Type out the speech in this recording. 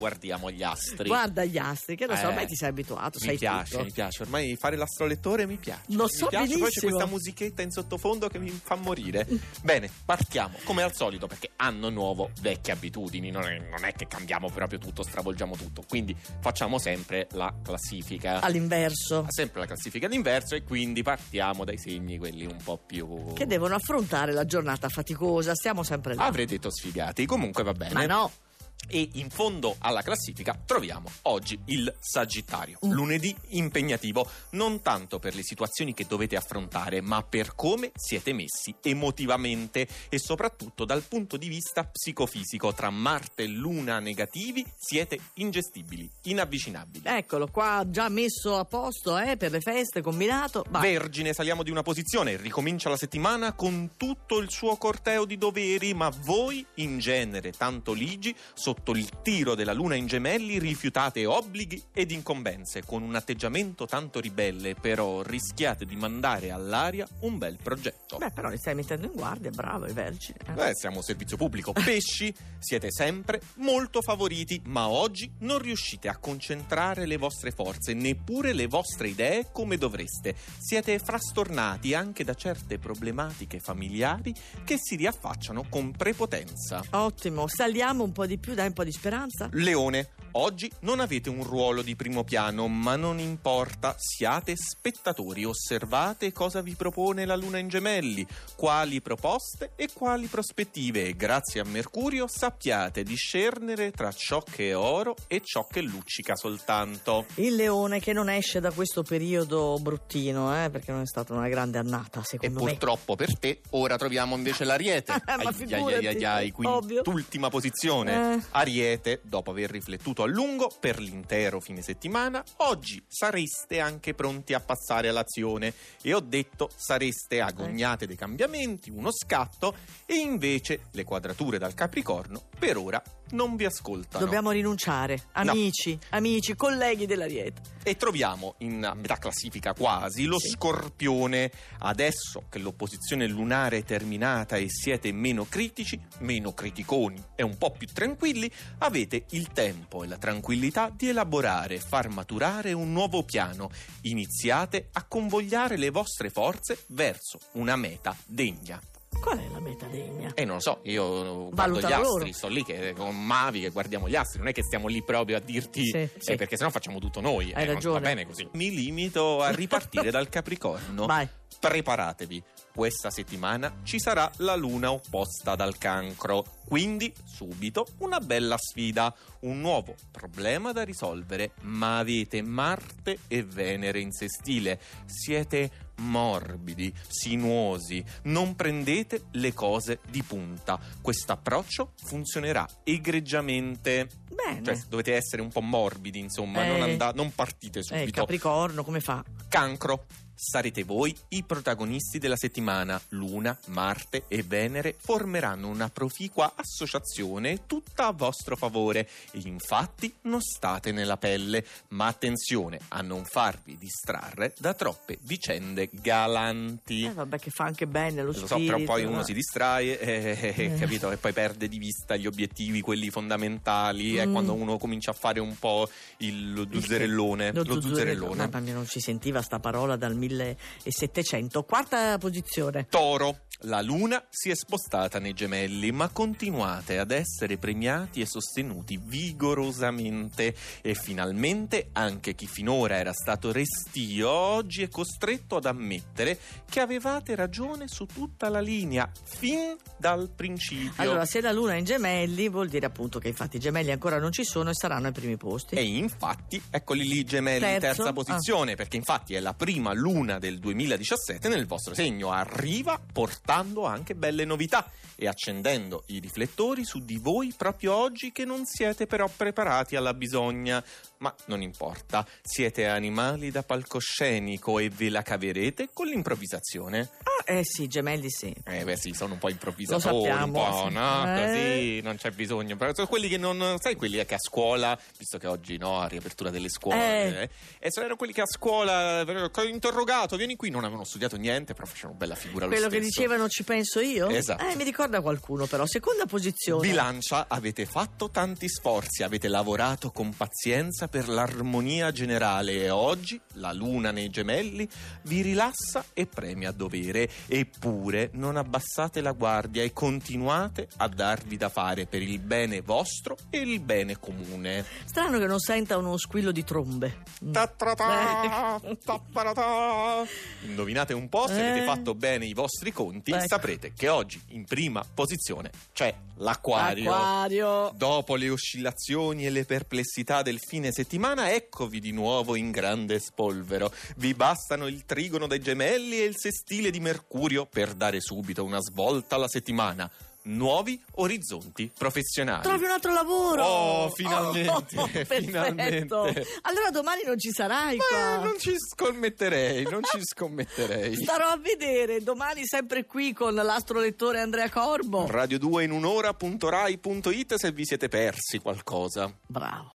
Guardiamo gli astri. Guarda gli astri, che lo so, ormai ti sei abituato, sai tutto. Mi piace, ormai fare l'astrolettore mi piace. Lo so, mi piace, benissimo. poi c'è questa musichetta in sottofondo che mi fa morire. Bene, partiamo come al solito, perché anno nuovo, vecchie abitudini, non è che cambiamo proprio tutto, stravolgiamo tutto, quindi facciamo sempre la classifica All'inverso. Sempre la classifica all'inverso, e quindi partiamo dai segni quelli un po' più Che devono affrontare la giornata faticosa, stiamo sempre là. avrei detto sfigati, comunque va bene. Ma no. E in fondo alla classifica troviamo oggi il Sagittario. Lunedì impegnativo, non tanto per le situazioni che dovete affrontare, ma per come siete messi emotivamente e soprattutto dal punto di vista psicofisico. Tra Marte e Luna negativi siete ingestibili, inavvicinabili. Eccolo qua, già messo a posto per le feste, combinato. Vai. Vergine, saliamo di una posizione, ricomincia la settimana con tutto il suo corteo di doveri, ma voi, in genere tanto ligi, sotto il tiro della Luna in Gemelli, rifiutate obblighi ed incombenze. Con un atteggiamento tanto ribelle, però rischiate di mandare all'aria un bel progetto. Beh, però li stai mettendo in guardia, bravo, i vergini. Siamo servizio pubblico. Pesci, siete sempre molto favoriti, ma oggi non riuscite a concentrare le vostre forze, neppure le vostre idee come dovreste. Siete frastornati anche da certe problematiche familiari che si riaffacciano con prepotenza. Ottimo, saliamo un po' di più, dai un po' di speranza. Leone, oggi non avete un ruolo di primo piano, ma non importa, siate spettatori, osservate cosa vi propone la Luna in Gemelli, quali proposte e quali prospettive, e grazie a Mercurio sappiate discernere tra ciò che è oro e ciò che luccica soltanto. Il Leone che non esce da questo periodo bruttino, perché non è stata una grande annata, E secondo me. purtroppo per te ora troviamo invece l'Ariete. Ma figurati, Quint'ultima posizione. Ariete, dopo aver riflettuto a lungo per l'intero fine settimana, oggi sareste anche pronti a passare all'azione, e ho detto sareste agognate dei cambiamenti, uno scatto, e invece le quadrature dal Capricorno per ora non vi ascoltano. Dobbiamo rinunciare, amici, colleghi dell'Ariete. E troviamo in metà classifica quasi lo Scorpione. Adesso che l'opposizione lunare è terminata e siete meno critici, meno criticoni e un po' più tranquilli, avete il tempo e la tranquillità di elaborare e far maturare un nuovo piano. Iniziate a convogliare le vostre forze verso una meta degna. Qual è la meta degna? Non lo so, io guardo Valutano gli astri, loro. sto lì con Mavi che guardiamo gli astri, non è che stiamo lì proprio a dirti Sì. perché sennò facciamo tutto noi. Hai Non ragione. va bene così. Mi limito a ripartire dal Capricorno. Vai. Preparatevi, questa settimana ci sarà la Luna opposta dal Cancro, quindi subito una bella sfida, un nuovo problema da risolvere, ma avete Marte e Venere in sestile, siete morbidi, sinuosi, non prendete le cose di punta. Questo approccio funzionerà egregiamente. Bene. Cioè, dovete essere un po' morbidi, insomma, non partite subito. Capricorno, come fa? Cancro. Sarete voi i protagonisti della settimana. Luna, Marte e Venere formeranno una proficua associazione tutta a vostro favore, e infatti non state nella pelle, ma attenzione a non farvi distrarre da troppe vicende galanti. Vabbè, che fa anche bene lo Lo so, spirito. però poi uno si distrae, capito? E poi perde di vista gli obiettivi fondamentali. È quando uno comincia a fare un po' lo zuzzerellone. Lo zuzzerellone. Mamma mia, non si sentiva sta parola dal 1700. Quarta posizione. Toro. La Luna si è spostata nei Gemelli, ma continuate ad essere premiati e sostenuti vigorosamente, e finalmente anche chi finora era stato restio oggi è costretto ad ammettere che avevate ragione su tutta la linea, fin dal principio. Allora, se la Luna è in Gemelli vuol dire appunto che infatti i Gemelli ancora non ci sono e saranno ai primi posti. E infatti, eccoli lì Gemelli, terza posizione, perché infatti è la prima Luna del 2017 nel vostro segno, arriva portando anche belle novità e accendendo i riflettori su di voi proprio oggi, che non siete però preparati alla bisogna. Ma non importa, siete animali da palcoscenico e ve la caverete con l'improvvisazione. Sì, Gemelli sì. Sì, sono un po' improvvisatori, Lo sappiamo, un po', sì. no? Così non c'è bisogno. Però sono quelli che non, sai, quelli che a scuola, visto che oggi no, a riapertura delle scuole, e erano quelli che a scuola interrompono interrogato, vieni qui. Non avevano studiato niente, però facevano bella figura lo Quello stesso. che dicevano ci penso io? Esatto. Mi ricorda qualcuno però. Seconda posizione. Bilancia, avete fatto tanti sforzi, avete lavorato con pazienza per l'armonia generale e oggi la luna nei gemelli vi rilassa e premia a dovere. Eppure non abbassate la guardia e continuate a darvi da fare per il bene vostro e il bene comune. Strano che non senta uno squillo di trombe. Indovinate un po', se avete fatto bene i vostri conti, Ecco. saprete che oggi in prima posizione c'è l'Acquario. Acquario. Dopo le oscillazioni e le perplessità del fine settimana, eccovi di nuovo in grande spolvero. Vi bastano il trigono dei gemelli e il sestile di Mercurio per dare subito una svolta alla settimana. Nuovi orizzonti professionali. Trovi un altro lavoro. Oh, finalmente, perfetto. finalmente. Allora domani non ci sarai Ma qua. non ci scommetterei. Starò a vedere domani sempre qui con l'astrolettore Andrea Corbo. Radio 2 in un'ora.rai.it se vi siete persi qualcosa. Bravo.